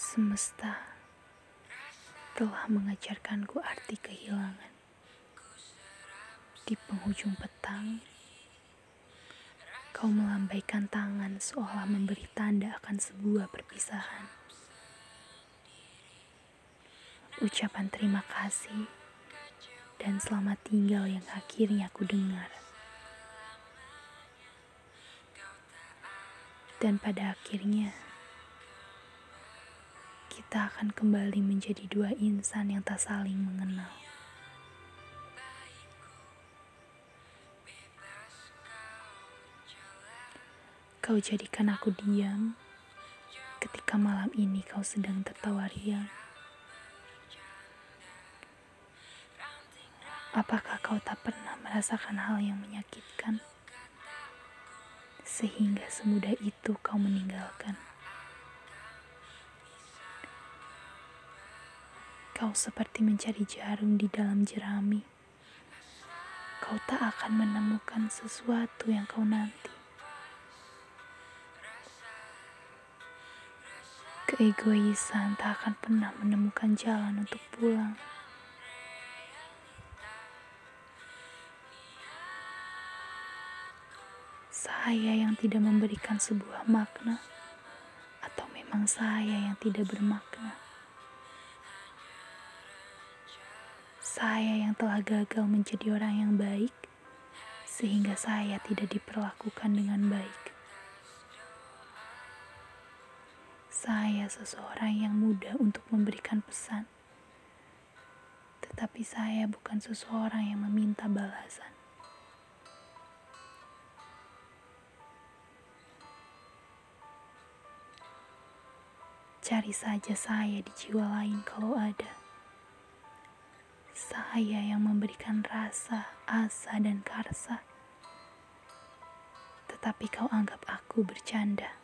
Semesta telah mengajarkanku arti kehilangan. Di penghujung petang, kau melambaikan tangan seolah memberi tanda akan sebuah perpisahan. Ucapan terima kasih dan selamat tinggal yang akhirnya ku dengar. Dan pada akhirnya, kita akan kembali menjadi dua insan yang tak saling mengenal. Kau jadikan aku diam ketika malam ini kau sedang tertawa riang. Apakah kau tak pernah merasakan hal yang menyakitkan? Sehingga semudah itu kau meninggalkan. Kau seperti mencari jarum di dalam jerami. Kau tak akan menemukan sesuatu yang kau nanti. Keegoisan tak akan pernah menemukan jalan untuk pulang. Saya yang tidak memberikan sebuah makna, atau memang saya yang tidak bermakna? Saya yang telah gagal menjadi orang yang baik, sehingga saya tidak diperlakukan dengan baik. Saya seseorang yang mudah untuk memberikan pesan, tetapi saya bukan seseorang yang meminta balasan. Cari saja saya di jiwa lain kalau ada. Saya yang memberikan rasa, asa, dan karsa. Tetapi kau anggap aku bercanda.